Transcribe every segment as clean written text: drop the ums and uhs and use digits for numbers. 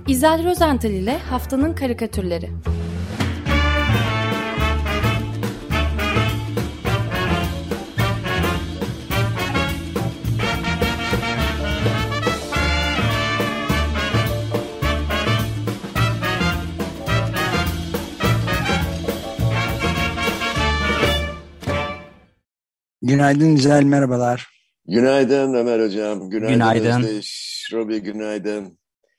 İzel Rozental ile Haftanın Karikatürleri. Günaydın İzel, merhabalar. Günaydın Ömer Hocam, Günaydın. Özdeş, Robi günaydın.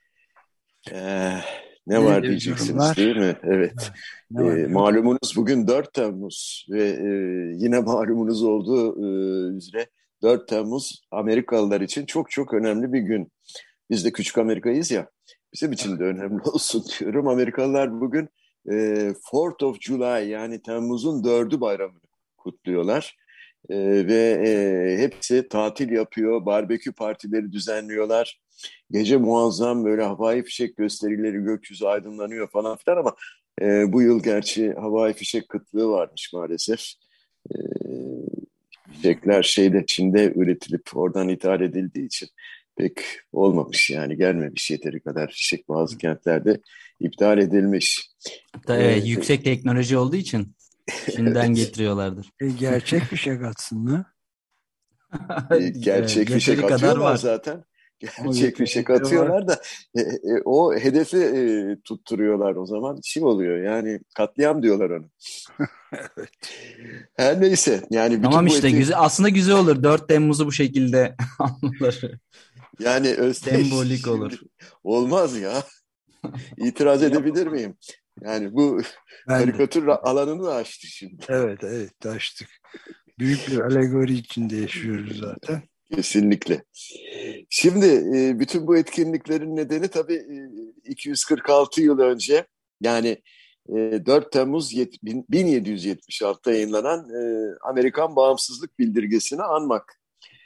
Ne Ne var diyor diyeceksiniz yorumlar? değil mi? Evet. Ne var? Malumunuz bugün 4 Temmuz ve yine malumunuz olduğu üzere 4 Temmuz Amerikalılar için çok çok önemli bir gün. Biz de küçük Amerika'yız ya, bizim için de önemli olsun diyorum. Amerikalılar bugün 4th of July yani Temmuz'un 4'ü bayramını kutluyorlar. Ve hepsi tatil yapıyor, barbekü partileri düzenliyorlar. Gece muazzam böyle havai fişek gösterileri, gökyüzü aydınlanıyor falan filan ama bu yıl gerçi havai fişek kıtlığı varmış maalesef. E, Fişekler Çin'de üretilip oradan ithal edildiği için pek olmamış yani gelmemiş yeteri kadar fişek bazı kentlerde iptal edilmiş. Evet, yüksek teknoloji olduğu için Çin'den Evet. getiriyorlardır. Gerçek fişek atsın mı? Gerçek fişek Yeteri kadar atıyorlar var. zaten. Gerçek fişek atıyorlar da o hedefi tutturuyorlar o zaman oluyor yani katliam diyorlar ona. Evet. Her neyse yani bütün Tamam bu işte güzel. Aslında güzel olur. 4 Temmuz'u bu şekilde anılır. yani Sembolik olur. Olmaz ya. İtiraz edebilir miyim? Yani bu karikatür alanını da açtı şimdi. Evet açtık. Büyük bir alegori içinde yaşıyoruz zaten. Kesinlikle. Şimdi bütün bu etkinliklerin nedeni tabii 246 yıl önce yani 4 Temmuz 1776'da yayınlanan Amerikan Bağımsızlık Bildirgesi'ni anmak.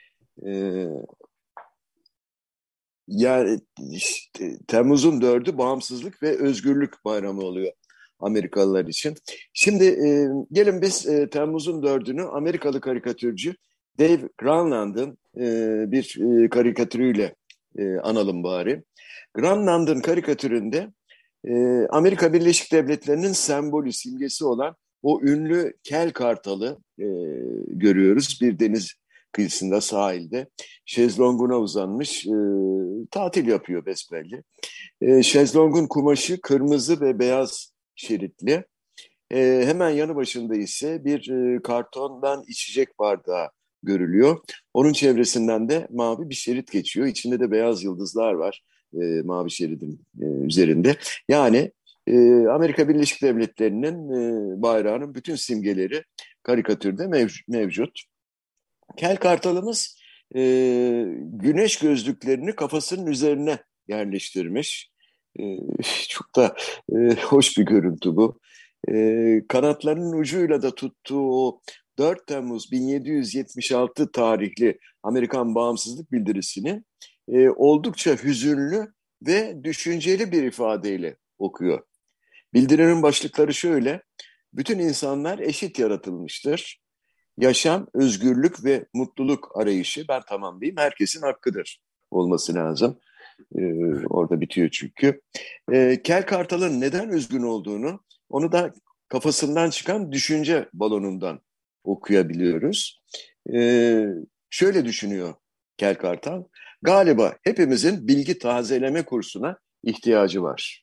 Yani işte, Temmuz'un 4'ü Bağımsızlık ve Özgürlük Bayramı oluyor Amerikalılar için. Şimdi gelin biz Temmuz'un 4'ünü Amerikalı karikatürcü Dave Granland'ın bir karikatürüyle analım bari. Granland'ın karikatüründe Amerika Birleşik Devletleri'nin sembolü, simgesi olan o ünlü kel kartalı görüyoruz bir deniz kıyısında, sahilde. Şezlonguna uzanmış, tatil yapıyor besbelli. Şezlongun kumaşı kırmızı ve beyaz şeritli. Hemen yanı başında ise bir kartondan içecek bardağı görülüyor. Onun çevresinden de mavi bir şerit geçiyor. İçinde de beyaz yıldızlar var mavi şeridin üzerinde. Yani Amerika Birleşik Devletleri'nin bayrağının bütün simgeleri karikatürde mevcut. Kel kartalımız güneş gözlüklerini kafasının üzerine yerleştirmiş. Çok da hoş bir görüntü bu. Kanatlarının ucuyla da tuttuğu o 4 Temmuz 1776 tarihli Amerikan Bağımsızlık Bildirisini oldukça hüzünlü ve düşünceli bir ifadeyle okuyor. Bildirinin başlıkları şöyle: bütün insanlar eşit yaratılmıştır. Yaşam, özgürlük ve mutluluk arayışı, ben tamamlayayım, herkesin hakkıdır olması lazım. Orada bitiyor çünkü. Kel Kartal'ın neden üzgün olduğunu, onu da kafasından çıkan düşünce balonundan okuyabiliyoruz. Şöyle düşünüyor Kel Kartal: galiba hepimizin bilgi tazeleme kursuna ihtiyacı var.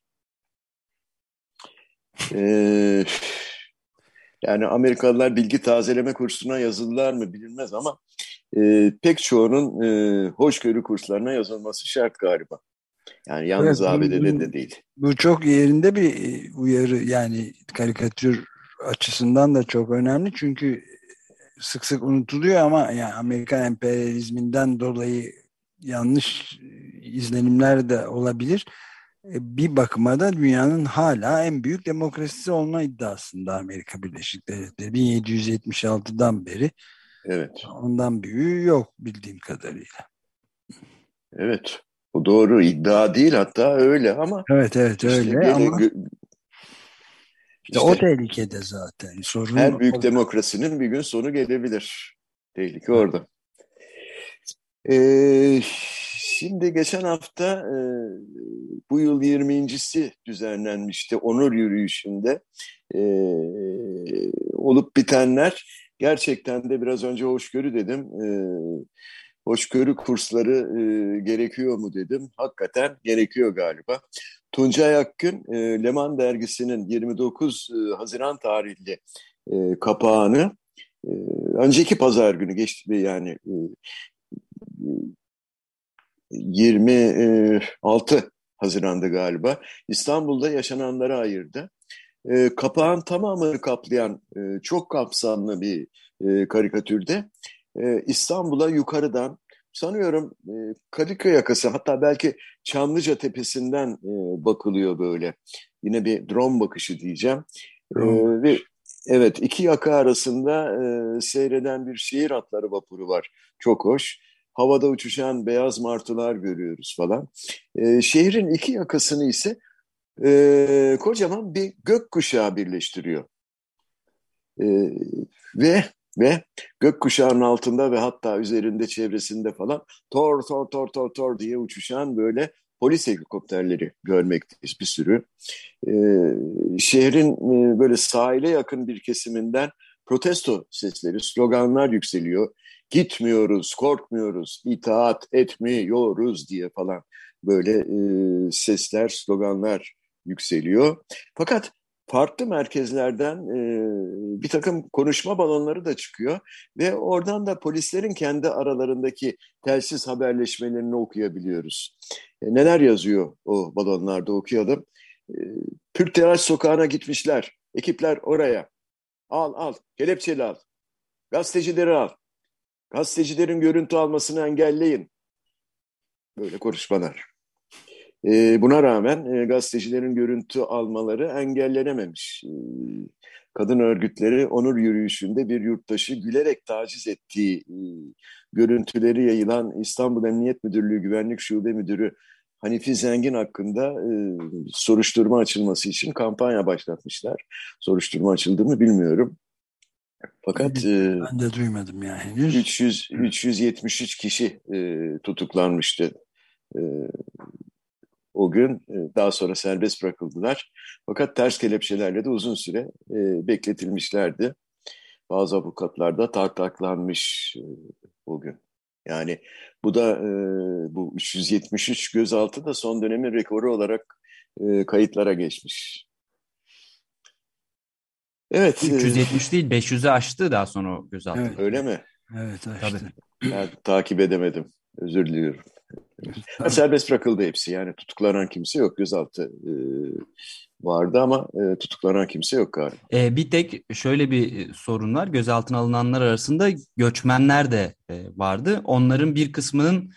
Yani Amerikalılar bilgi tazeleme kursuna yazıldılar mı bilinmez ama pek çoğunun hoşgörü kurslarına yazılması şart galiba. Yani yalnız Evet, ABD'de de değil. Bu çok yerinde bir uyarı, yani karikatür açısından da çok önemli çünkü sık sık unutuluyor ama yani Amerikan emperyalizminden dolayı yanlış izlenimler de olabilir. Bir bakıma da dünyanın hala en büyük demokrasisi olma iddiasında Amerika Birleşik Devletleri 1776'dan beri. Evet. Ondan büyüğü yok bildiğim kadarıyla. Evet. Bu doğru, iddia değil, hatta öyle ama Evet işte öyle ama işte o tehlikede zaten. Sorun her büyük orada. demokrasinin bir gün sonu gelebilir. Tehlike orada. Ee, Şimdi geçen hafta bu yıl 20.si düzenlenmişti onur yürüyüşünde. E, Olup bitenler gerçekten de biraz önce hoşgörü dedim. Hoşgörü kursları gerekiyor mu dedim. Hakikaten gerekiyor galiba. Tuncay Akgün, Leman dergisinin 29 Haziran tarihli kapağını e, önceki pazar günü geçti yani 26 Haziran'da galiba İstanbul'da yaşananlara ayırdı. Kapağın tamamını kaplayan çok kapsamlı bir karikatürde İstanbul'a yukarıdan sanıyorum Kadıköy yakası hatta belki Çamlıca Tepesi'nden bakılıyor böyle. Yine bir drone bakışı diyeceğim. Ve evet iki yaka arasında seyreden bir şehir atları vapuru var. Çok hoş. Havada uçuşan beyaz martılar görüyoruz falan. Şehrin iki yakasını ise kocaman bir gökkuşağı birleştiriyor. E, ve ve gökkuşağının altında ve hatta üzerinde çevresinde falan tor tor tor tor tor diye uçuşan böyle polis helikopterleri görmekteyiz bir sürü. E, Şehrin böyle sahile yakın bir kesiminden protesto sesleri, sloganlar yükseliyor. Gitmiyoruz, korkmuyoruz, itaat etmiyoruz diye falan böyle sesler, sloganlar yükseliyor. Fakat farklı merkezlerden bir takım konuşma balonları da çıkıyor ve oradan da polislerin kendi aralarındaki telsiz haberleşmelerini okuyabiliyoruz. Neler yazıyor o balonlarda okuyalım. E, Türk Sokağı'na gitmişler. Ekipler oraya. Al al, kelepçeli al. Gazetecileri al. Gazetecilerin görüntü almasını engelleyin. Böyle konuşmalar. Buna rağmen gazetecilerin görüntü almaları engellenememiş. Kadın örgütleri onur yürüyüşünde bir yurttaşı gülerek taciz ettiği görüntüleri yayılan İstanbul Emniyet Müdürlüğü Güvenlik Şube Müdürü Hanifi Zengin hakkında soruşturma açılması için kampanya başlatmışlar. Soruşturma açıldı mı bilmiyorum. Fakat ben de duymadım yani henüz. 373 kişi tutuklanmıştı. E, O gün daha sonra serbest bırakıldılar. Fakat ters kelepçelerle de uzun süre bekletilmişlerdi. Bazı avukatlar da tartaklanmış o gün. Yani bu da bu 373 gözaltı da son dönemin rekoru olarak kayıtlara geçmiş. Evet. 370 değil 500'ü aştı daha sonra o gözaltı. Evet. Öyle mi? Evet Tabii. işte. Ben takip edemedim. Özür diliyorum. Serbest bırakıldı hepsi. Yani tutuklanan kimse yok. Gözaltı vardı ama tutuklanan kimse yok galiba. Bir tek şöyle bir sorun var. Gözaltına alınanlar arasında göçmenler de vardı. Onların bir kısmının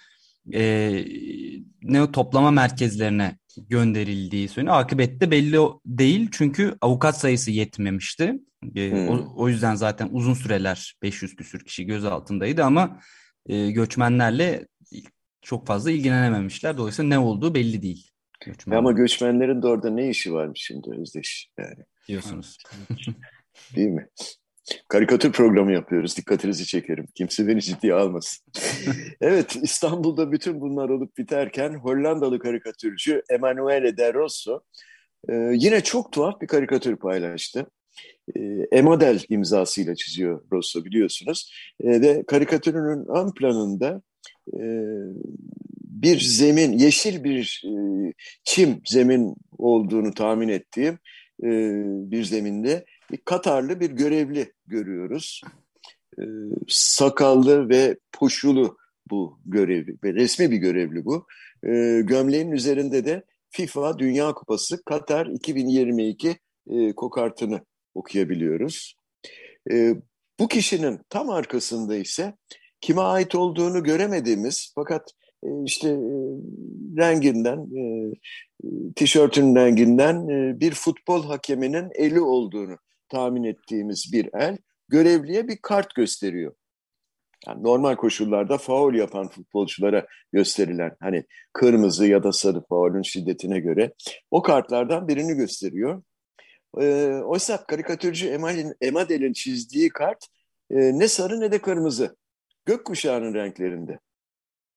toplama merkezlerine gönderildiği söyleniyor. Akıbette belli değil çünkü avukat sayısı yetmemişti. O yüzden zaten uzun süreler 500 küsür kişi gözaltındaydı ama göçmenlerle çok fazla ilgilenememişler. Dolayısıyla ne olduğu belli değil. Ama göçmenlerin de orada ne işi varmış şimdi Özdeş yani. Diyorsunuz. Değil mi? Karikatür programı yapıyoruz. Dikkatinizi çekerim. Kimse beni ciddiye almasın. Evet, İstanbul'da bütün bunlar olup biterken Hollandalı karikatürcü Emanuele de Rosso yine çok tuhaf bir karikatür paylaştı. Emodel imzasıyla çiziyor Rosso biliyorsunuz. Ve karikatürünün ön planında e, bir zemin, yeşil bir çim zemin olduğunu tahmin ettiğim bir zeminde bir Katarlı bir görevli görüyoruz. Sakallı ve poşulu bu görevli ve resmi bir görevli bu. Gömleğin üzerinde de FIFA Dünya Kupası Katar 2022 kokartını okuyabiliyoruz. Bu kişinin tam arkasında ise kime ait olduğunu göremediğimiz fakat işte renginden, tişörtün renginden bir futbol hakeminin eli olduğunu tahmin ettiğimiz bir el görevliye bir kart gösteriyor. Yani normal koşullarda faul yapan futbolculara gösterilen hani kırmızı ya da sarı faulün şiddetine göre o kartlardan birini gösteriyor. Oysa karikatürcü Emadel'in çizdiği kart ne sarı ne de kırmızı. Gökkuşağının renklerinde.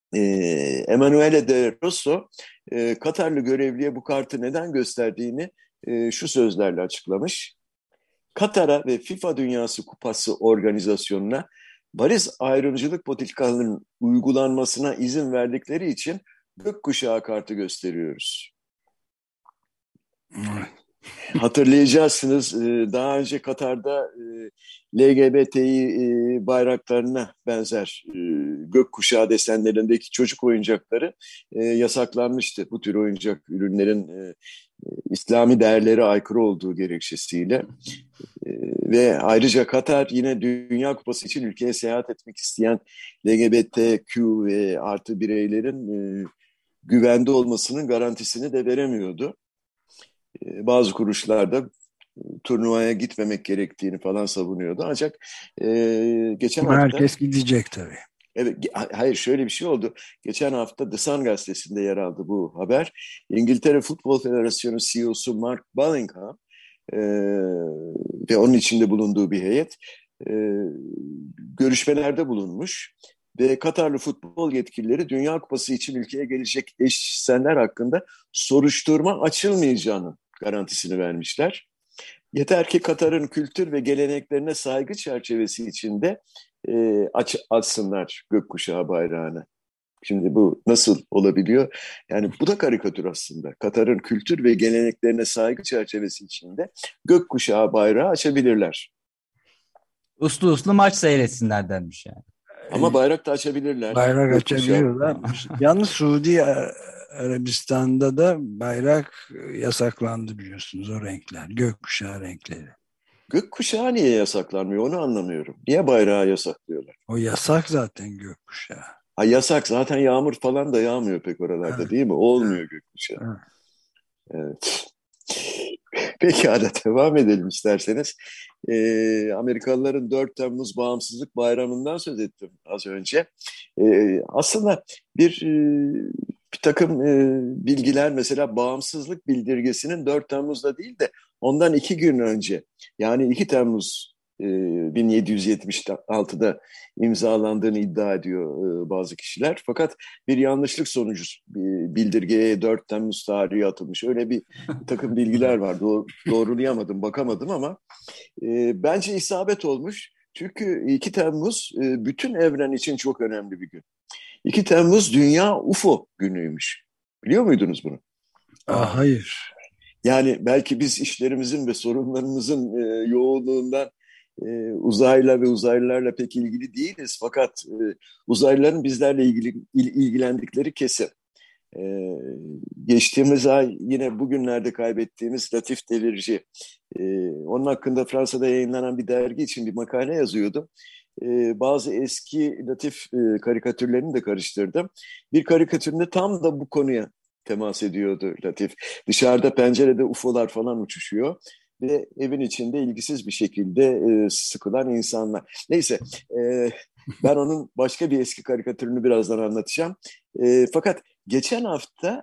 Emanuele de Rosso Katarlı görevliye bu kartı neden gösterdiğini şu sözlerle açıklamış. Katar'a ve FIFA Dünyası Kupası organizasyonuna bariz ayrımcılık politikalarının uygulanmasına izin verdikleri için gökkuşağı kartı gösteriyoruz. Hatırlayacaksınız, daha önce Katar'da LGBTİ bayraklarına benzer gökkuşağı desenlerindeki çocuk oyuncakları yasaklanmıştı. Bu tür oyuncak ürünlerin İslami değerlere aykırı olduğu gerekçesiyle. Ve ayrıca Katar yine Dünya Kupası için ülkeye seyahat etmek isteyen LGBTQ ve artı bireylerin güvende olmasının garantisini de veremiyordu. Bazı kuruluşlar da turnuvaya gitmemek gerektiğini falan savunuyordu. Ancak geçen hafta... Herkes gidecek tabii. Evet, hayır, şöyle bir şey oldu. Geçen hafta The Sun gazetesinde yer aldı bu haber. İngiltere Futbol Federasyonu CEO'su Mark Bullingham ve onun içinde bulunduğu bir heyet görüşmelerde bulunmuş ve Katarlı futbol yetkilileri Dünya Kupası için ülkeye gelecek eşcinseller hakkında soruşturma açılmayacağının garantisini vermişler. Yeter ki Katar'ın kültür ve geleneklerine saygı çerçevesi içinde açsınlar gökkuşağı bayrağını. Şimdi bu nasıl olabiliyor? Yani bu da karikatür aslında. Katar'ın kültür ve geleneklerine saygı çerçevesi içinde gökkuşağı bayrağı açabilirler. Uslu uslu maç seyretsinler denmiş yani. Ama bayrak da açabilirler. Bayrak açabiliyorlar. Yalnız Suudi Arabistan'da da bayrak yasaklandı biliyorsunuz, o renkler. Gökkuşağı renkleri. Gökkuşağı niye yasaklanmıyor onu anlamıyorum. Niye bayrağı yasaklıyorlar? O yasak zaten gökkuşağı. Ha, yasak zaten, yağmur falan da yağmıyor pek oralarda, evet. Değil mi? Olmuyor gökkuşağı. Evet. Pekala, devam edelim isterseniz. Amerikalıların 4 Temmuz Bağımsızlık Bayramı'ndan söz ettim az önce. Aslında bir takım bilgiler, mesela bağımsızlık bildirgesinin 4 Temmuz'da değil de ondan 2 gün önce, yani 2 Temmuz 1776'da imzalandığını iddia ediyor bazı kişiler. Fakat bir yanlışlık sonucu bildirgeye 4 Temmuz tarihi atılmış. Öyle bir takım bilgiler var. Doğrulayamadım, bakamadım ama bence isabet olmuş. Çünkü 2 Temmuz bütün evren için çok önemli bir gün. 2 Temmuz Dünya UFO günüymüş. Biliyor muydunuz bunu? Hayır. Yani belki biz işlerimizin ve sorunlarımızın yoğunluğundan uzayla ve uzaylılarla pek ilgili değiliz. Fakat uzaylıların bizlerle ilgilendikleri kesin. Geçtiğimiz ay yine bugünlerde kaybettiğimiz Latif Demirci, onun hakkında Fransa'da yayınlanan bir dergi için bir makale yazıyordum. Bazı eski Latif karikatürlerini de karıştırdım. Bir karikatüründe tam da bu konuya temas ediyordu Latif. Dışarıda pencerede UFO'lar falan uçuşuyor ve evin içinde ilgisiz bir şekilde sıkılan insanlar. Neyse, ben onun başka bir eski karikatürünü birazdan anlatacağım. Fakat geçen hafta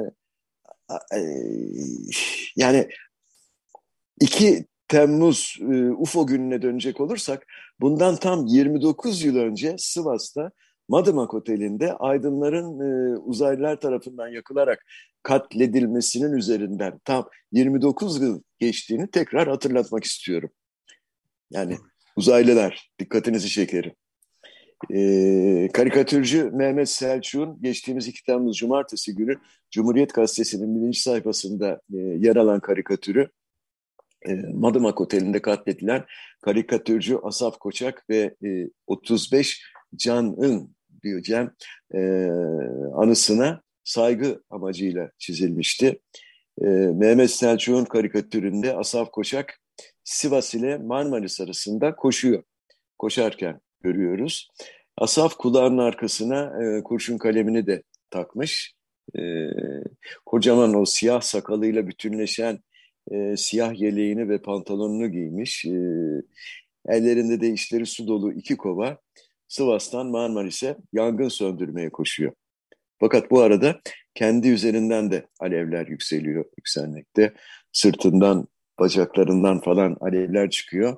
yani 2 Temmuz UFO gününe dönecek olursak, bundan tam 29 yıl önce Sivas'ta Madımak Oteli'nde aydınların uzaylılar tarafından yakılarak katledilmesinin üzerinden tam 29 yıl geçtiğini tekrar hatırlatmak istiyorum. Yani uzaylılar, dikkatinizi çekerim. Karikatürcü Mehmet Selçuk'un geçtiğimiz 2 Temmuz Cumartesi günü Cumhuriyet Gazetesi'nin 1. sayfasında yer alan karikatürü, Madımak Oteli'nde katledilen karikatürcü Asaf Koçak ve 35 Can'ın diyeceğim anısına saygı amacıyla çizilmişti. Mehmet Selçuk'un karikatüründe Asaf Koçak Sivas ile Marmaris arasında koşuyor. Koşarken görüyoruz. Asaf kulağının arkasına kurşun kalemini de takmış. Kocaman o siyah sakalıyla bütünleşen siyah yeleğini ve pantolonunu giymiş. Ellerinde de içleri su dolu 2 kova Sivas'tan Marmaris'e yangın söndürmeye koşuyor. Fakat bu arada kendi üzerinden de alevler yükselmekte. Sırtından, bacaklarından falan alevler çıkıyor.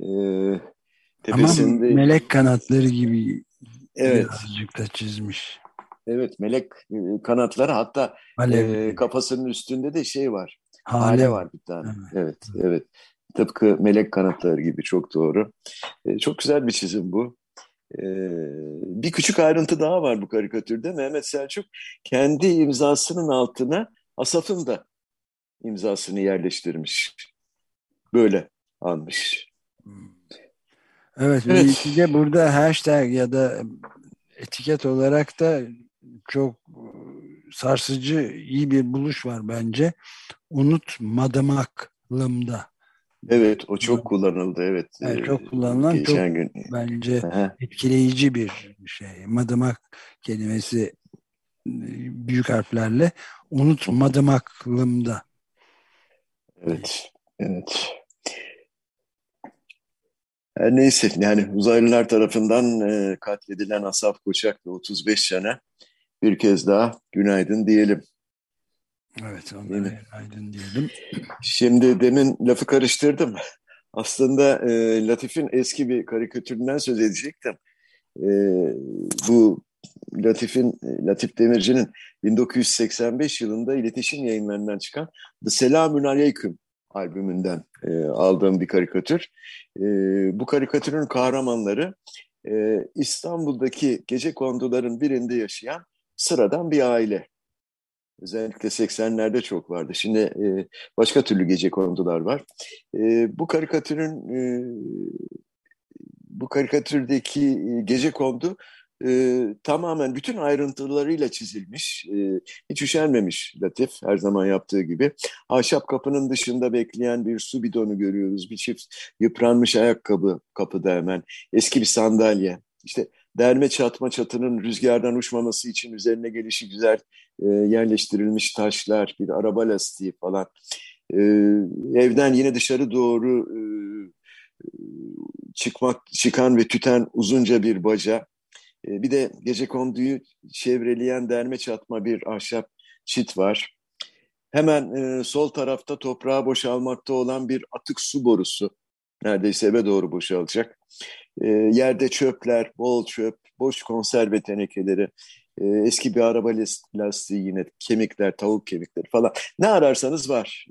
Tepesinde... Ama melek kanatları gibi evet, birazcık da çizmiş. Evet, melek kanatları, hatta Alev. kafasının üstünde de şey var. Hale Hale var var. bir tane. Evet. Evet, evet. Tıpkı melek kanatları gibi, çok doğru. Çok güzel bir çizim bu. E, Bir küçük ayrıntı daha var bu karikatürde. Mehmet Selçuk kendi imzasının altına Asaf'ın da imzasını yerleştirmiş. Böyle almış. Evet, Evet. bir de burada hashtag ya da etiket olarak da çok sarsıcı, iyi bir buluş var bence. Unutmadamaklımda. Evet, o çok kullanıldı. Evet, Yani çok kullanılan, çok geçen gün. bence Aha, etkileyici bir şey. Madımak kelimesi büyük harflerle unutmadamaklımda diye. evet, evet. Her neyse, yani uzaylılar tarafından katledilen Asaf Koçak ve 35 yana bir kez daha günaydın diyelim. Evet, Değil onlara mi? aydın diyelim. Şimdi demin lafı karıştırdım. Aslında Latif'in eski bir karikatüründen söz edecektim. E, Bu Latif Demirci'nin 1985 yılında iletişim yayınlarından çıkan The Selamün Aleyküm albümünden aldığım bir karikatür. E, Bu karikatürün kahramanları İstanbul'daki gecekonduların birinde yaşayan sıradan bir aile. Özellikle 80'lerde çok vardı. Şimdi başka türlü gecekondular var. Bu karikatürün bu karikatürdeki gecekondu tamamen bütün ayrıntılarıyla çizilmiş. Hiç üşenmemiş Latif, her zaman yaptığı gibi. Ahşap kapının dışında bekleyen bir su bidonu görüyoruz. Bir çift yıpranmış ayakkabı kapıda hemen. Eski bir sandalye. İşte derme çatma çatının rüzgardan uçmaması için üzerine gelişi güzel yerleştirilmiş taşlar, bir araba lastiği falan. E, Evden yine dışarı doğru çıkan ve tüten uzunca bir baca. Bir de gecekonduyu çevreleyen derme çatma bir ahşap çit var. Hemen sol tarafta toprağa boşalmakta olan bir atık su borusu. Neredeyse eve doğru boşalacak. Yerde çöpler, bol çöp, boş konserve tenekeleri, eski bir araba lastiği, yine kemikler, tavuk kemikleri falan. Ne ararsanız var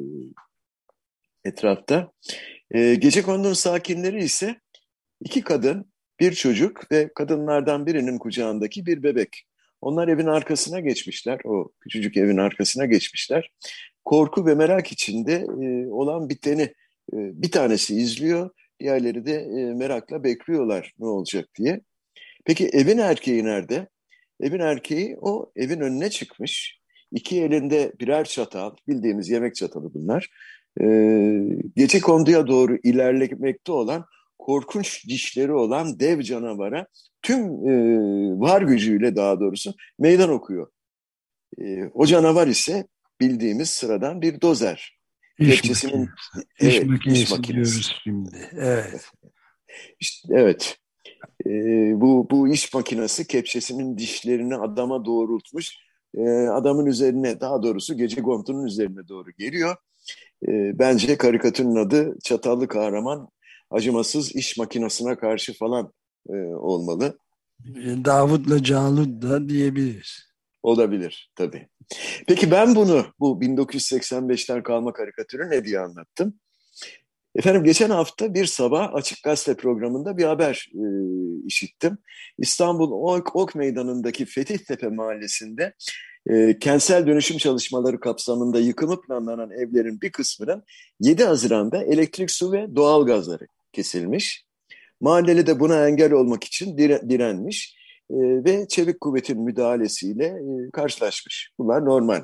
etrafta. Gecekondunun sakinleri ise iki kadın, bir çocuk ve kadınlardan birinin kucağındaki bir bebek. Onlar evin arkasına geçmişler, o küçücük evin arkasına geçmişler. Korku ve merak içinde olan biteni bir tanesi izliyor, diğerleri de merakla bekliyorlar ne olacak diye. Peki evin erkeği nerede? Evin erkeği o evin önüne çıkmış. İki elinde birer çatal, bildiğimiz yemek çatalı bunlar. Gecekonduya doğru ilerlemekte olan, korkunç dişleri olan dev canavara tüm var gücüyle, daha doğrusu, meydan okuyor. O canavar ise bildiğimiz sıradan bir dozer. İş Kepçesinin, makinesi. İş evet, iş makinesi makinesi. diyoruz şimdi. Evet. İşte, evet. Bu iş makinesi kepçesinin dişlerini adama doğrultmuş. Adamın üzerine, daha doğrusu gecekondunun üzerine doğru geliyor. Bence karikatürün adı Çatallı Kahraman Acımasız İş Makinesine Karşı falan olmalı. Davut'la Calut da diyebiliriz. Olabilir tabii. Peki ben bu 1985'ten kalma karikatürü ne diye anlattım? Efendim, geçen hafta bir sabah Açık Gazete programında bir haber işittim. İstanbul Ok Meydanı'ndaki Fethiyetepe Mahallesi'nde kentsel dönüşüm çalışmaları kapsamında yıkımı planlanan evlerin bir kısmının 7 Haziran'da elektrik, su ve doğalgazları kesilmiş. Mahalleli de buna engel olmak için direnmiş ve çevik kuvvetin müdahalesiyle karşılaşmış. Bunlar normal.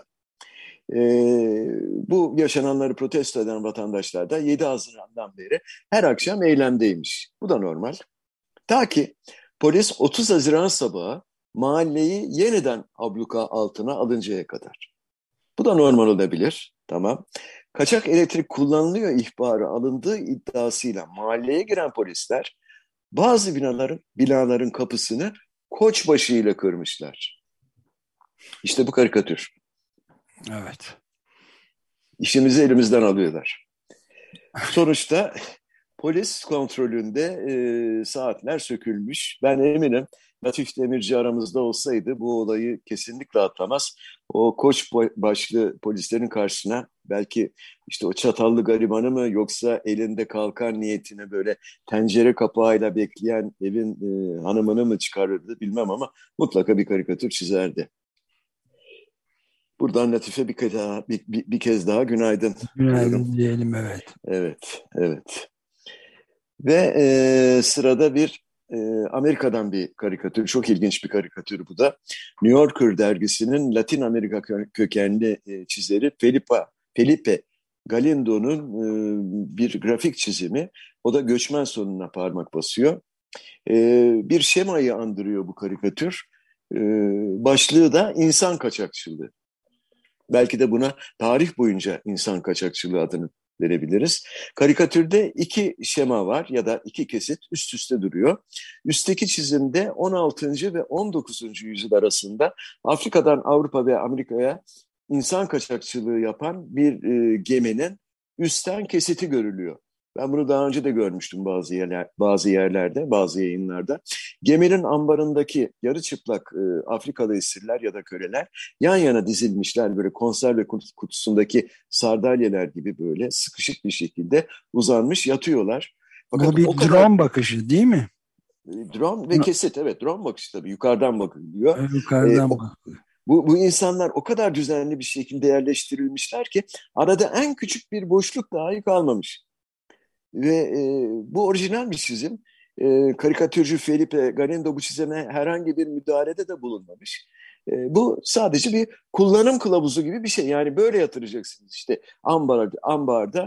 Bu yaşananları protesto eden vatandaşlar da 7 Haziran'dan beri her akşam eylemdeymiş. Bu da normal. Ta ki polis 30 Haziran sabahı mahalleyi yeniden abluka altına alıncaya kadar. Bu da normal olabilir. Tamam. Kaçak elektrik kullanılıyor ihbarı alındığı iddiasıyla mahalleye giren polisler bazı binaların kapısını koçbaşı ile kırmışlar. İşte bu karikatür. Evet. İşimizi elimizden alıyorlar. Sonuçta polis kontrolünde saatler sökülmüş. Ben eminim Latif Demirci aramızda olsaydı bu olayı kesinlikle atlamaz. O koç başlı polislerin karşısına belki işte o çatallı garibanı mı yoksa elinde kalkan niyetine böyle tencere kapağıyla bekleyen evin hanımını mı çıkarırdı bilmem ama mutlaka bir karikatür çizerdi. Buradan Latife bir kez daha günaydın diyorum. Günaydın diyelim, evet. Evet, evet. Ve sırada bir Amerika'dan bir karikatür, çok ilginç bir karikatür bu da. New Yorker dergisinin Latin Amerika kökenli çizeri Felipe Galindo'nun bir grafik çizimi. O da göçmen sonuna parmak basıyor. Bir şemayı andırıyor bu karikatür. Başlığı da insan kaçakçılığı. Belki de buna tarih boyunca insan kaçakçılığı adını verebiliriz. Karikatürde iki şema var ya da iki kesit üst üste duruyor. Üstteki çizimde 16. ve 19. yüzyıl arasında Afrika'dan Avrupa ve Amerika'ya insan kaçakçılığı yapan bir geminin üstten kesiti görülüyor. Ben bunu daha önce de görmüştüm bazı yerlerde, bazı yayınlarda. Geminin ambarındaki yarı çıplak Afrikalı esirler ya da köleler yan yana dizilmişler, böyle konserve kutusundaki sardalyeler gibi böyle sıkışık bir şekilde uzanmış yatıyorlar. Fakat Bu bir o kadar drone bakışı değil mi? drone ve kesit, evet, drone bakışı tabii yukarıdan bakılıyor. Yukarıdan bakıyor. Bu insanlar o kadar düzenli bir şekilde yerleştirilmişler ki arada en küçük bir boşluk dahi kalmamış. Ve bu orijinal bir çizim. Karikatürcü Felipe Galindo bu çizime herhangi bir müdahalede de bulunmamış. Bu sadece bir kullanım kılavuzu gibi bir şey. Yani böyle yatıracaksınız işte ambarda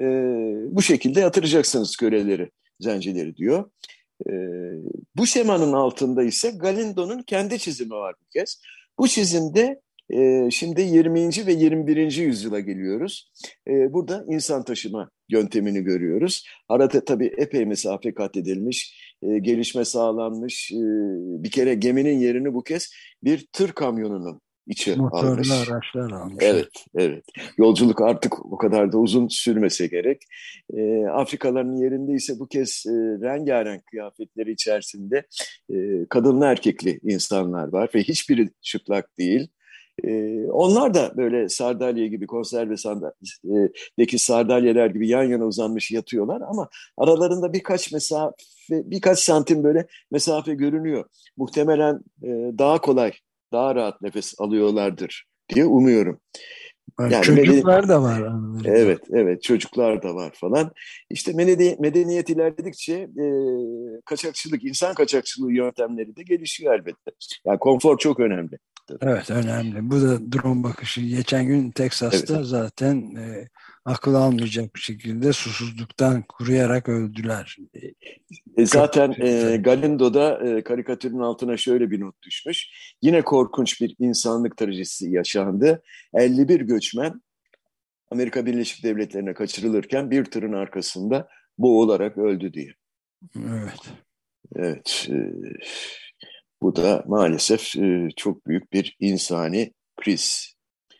bu şekilde yatıracaksınız köleleri, zencileri diyor. E, Bu şemanın altında ise Galindo'nun kendi çizimi var bir kez. Bu çizimde şimdi 20. ve 21. yüzyıla geliyoruz. Burada insan taşıma yöntemini görüyoruz. Arada tabii epey mesafe kat edilmiş, gelişme sağlanmış. Bir kere geminin yerini bu kez bir tır kamyonunun içi Motorlu almış. araçlar almışlar. Evet, evet. Yolculuk artık o kadar da uzun sürmese gerek. Afrikalıların yerinde ise bu kez rengarenk kıyafetleri içerisinde kadınlı erkekli insanlar var ve hiçbiri çıplak değil. Onlar da böyle sardalye gibi, konserve sandalyedeki sardalyeler gibi yan yana uzanmış yatıyorlar ama aralarında birkaç santim böyle mesafe görünüyor. Muhtemelen daha kolay, daha rahat nefes alıyorlardır diye umuyorum. Yani çocuklar da var aralarında. Evet, evet, çocuklar da var falan. İşte medeniyet ilerledikçe kaçakçılık, insan kaçakçılığı yöntemleri de gelişiyor elbette. Yani konfor çok önemli. Evet, önemli. Bu da drone bakışı. Geçen gün Teksas'ta Evet. zaten akıl almayacak bir şekilde susuzluktan kuruyarak öldüler. Zaten Galindo'da karikatürün altına şöyle bir not düşmüş. Yine korkunç bir insanlık trajedisi yaşandı. 51 göçmen Amerika Birleşik Devletleri'ne kaçırılırken bir tırın arkasında boğularak öldü diye. Evet. Evet. Bu da maalesef çok büyük bir insani kriz.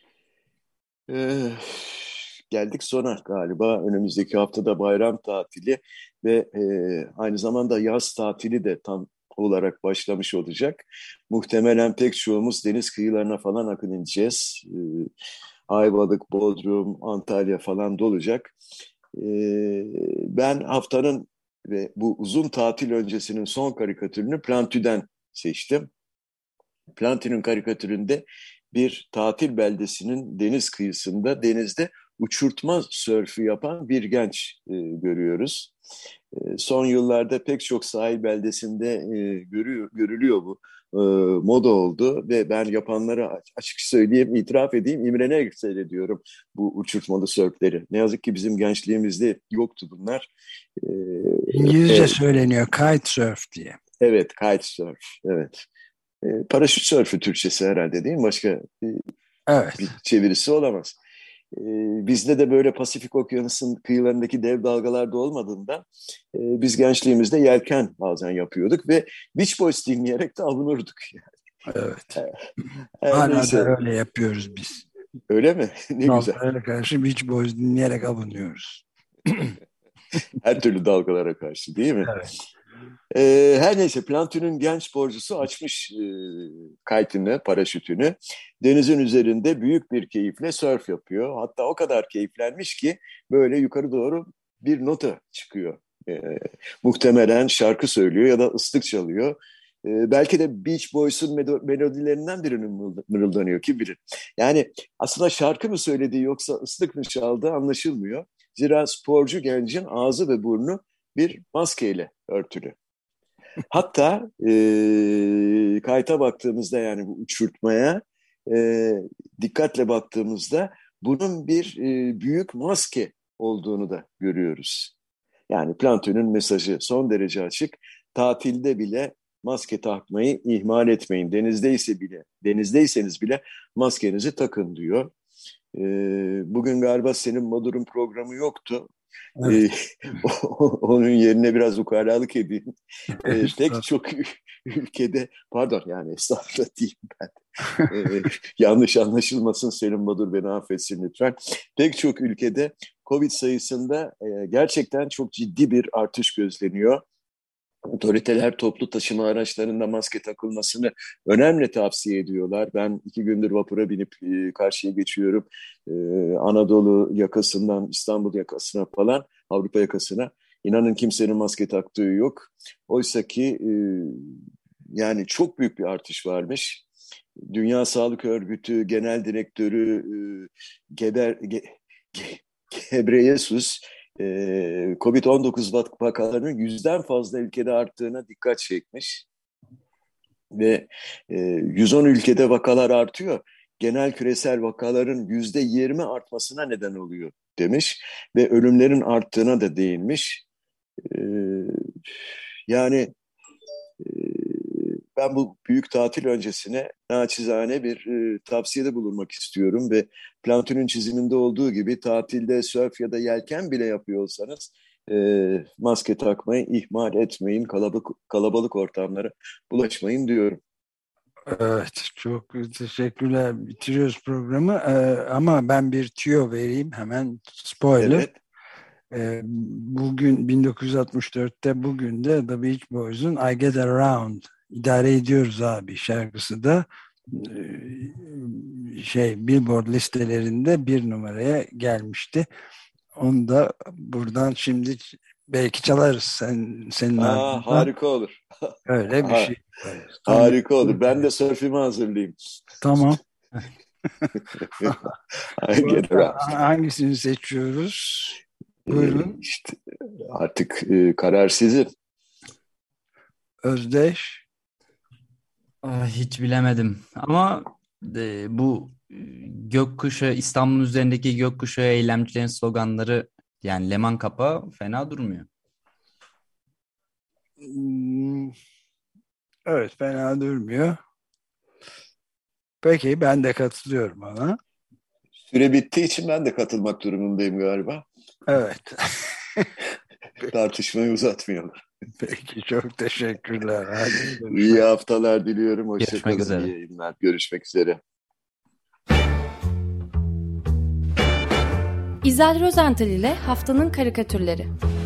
Geldik sona galiba. Önümüzdeki haftada bayram tatili ve aynı zamanda yaz tatili de tam olarak başlamış olacak. Muhtemelen pek çoğumuz deniz kıyılarına falan akın edeceğiz. Ayvalık, Bodrum, Antalya falan dolacak. Ben haftanın ve bu uzun tatil öncesinin son karikatürünü Plantü'den seçtim. Plantü'nün karikatüründe bir tatil beldesinin deniz kıyısında denizde uçurtma sörfü yapan bir genç görüyoruz. Son yıllarda pek çok sahil beldesinde görülüyor bu. Moda oldu ve ben yapanlara açık söyleyeyim, itiraf edeyim, imrenerek seyrediyorum bu uçurtmalı sörfleri. Ne yazık ki bizim gençliğimizde yoktu bunlar. İngilizce söyleniyor kite surf diye. Evet, kite surf, evet. Paraşüt sörfü Türkçesi herhalde değil mi? Başka bir çevirisi olamaz. Bizde de böyle Pasifik Okyanusu'nun kıyılarındaki dev dalgalar da olmadığında biz gençliğimizde yelken bazen yapıyorduk ve Beach Boys dinleyerek de avunurduk. Yani. Evet. Hala Neyse. da öyle yapıyoruz biz. Öyle mi? Ne güzel. Dalgalara karşı Beach Boys dinleyerek avunuyoruz. Her türlü dalgalara karşı değil mi? Evet. Her neyse Platon'un genç sporcusu açmış kaytını, paraşütünü. Denizin üzerinde büyük bir keyifle sörf yapıyor. Hatta o kadar keyiflenmiş ki böyle yukarı doğru bir nota çıkıyor. Muhtemelen şarkı söylüyor ya da ıslık çalıyor. Belki de Beach Boys'un melodilerinden birini mırıldanıyor, kim bilir. Yani aslında şarkı mı söyledi yoksa ıslık mı çaldı anlaşılmıyor. Zira sporcu gencin ağzı ve burnu bir maskeyle örtülü. Hatta kayta baktığımızda, yani bu uçurtmaya dikkatle baktığımızda bunun bir büyük maske olduğunu da görüyoruz. Yani Platon'un mesajı son derece açık. Tatilde bile maske takmayı ihmal etmeyin. Denizdeyseniz bile maskenizi takın diyor. Bugün galiba senin Madur'un programı yoktu. Evet. Onun yerine biraz ukalalık edeyim. Pek çok ülkede, pardon yani estağfurullah diyeyim ben. Yanlış anlaşılmasın, Selim Madur beni affetsin lütfen. Pek çok ülkede Covid sayısında gerçekten çok ciddi bir artış gözleniyor. Otoriteler toplu taşıma araçlarında maske takılmasını önemli tavsiye ediyorlar. Ben 2 gündür vapura binip karşıya geçiyorum. Anadolu yakasından İstanbul yakasına falan, Avrupa yakasına. İnanın kimsenin maske taktığı yok. Oysa ki yani çok büyük bir artış varmış. Dünya Sağlık Örgütü Genel Direktörü Gebreyesus, Covid-19 vakalarının 100'den fazla ülkede arttığına dikkat çekmiş. Ve 110 ülkede vakalar artıyor. Genel küresel vakaların %20 artmasına neden oluyor demiş. Ve ölümlerin arttığına da değinmiş. Yani ben bu büyük tatil öncesine naçizane bir tavsiyede bulunmak istiyorum ve Platon'un çiziminde olduğu gibi tatilde sörf ya da yelken bile yapıyorsanız maske takmayı ihmal etmeyin, kalabalık ortamlara bulaşmayın diyorum. Evet, çok teşekkürler. Bitiriyoruz programı. Ama ben bir tüyo vereyim hemen, spoiler. Evet. Bugün 1964'te, bugün de The Beach Boys'un I Get Around, idare ediyoruz abi şarkısı da Billboard listelerinde 1 numaraya gelmişti. Onu da buradan şimdi belki çalarız senin ardından. Harika olur. Öyle bir şey. Harika olur. Ben de sörfümü hazırlayayım. Tamam. Hangisini seçiyoruz? Buyurun. İşte artık karar sizin. Özdeş. Hiç bilemedim. Ama bu gökkuşağı, İstanbul'un üzerindeki gökkuşağı eylemcilerin sloganları, yani Leman Kapağı fena durmuyor. Evet, fena durmuyor. Peki, ben de katılıyorum ona. Süre bittiği için ben de katılmak durumundayım galiba. Evet. Tartışmayı uzatmayalım. Peki, çok teşekkürler. Hadi, İyi haftalar diliyorum. Görüşmek üzere. İyi yayınlar. Görüşmek üzere. İzel Rozental ile Haftanın Karikatürleri.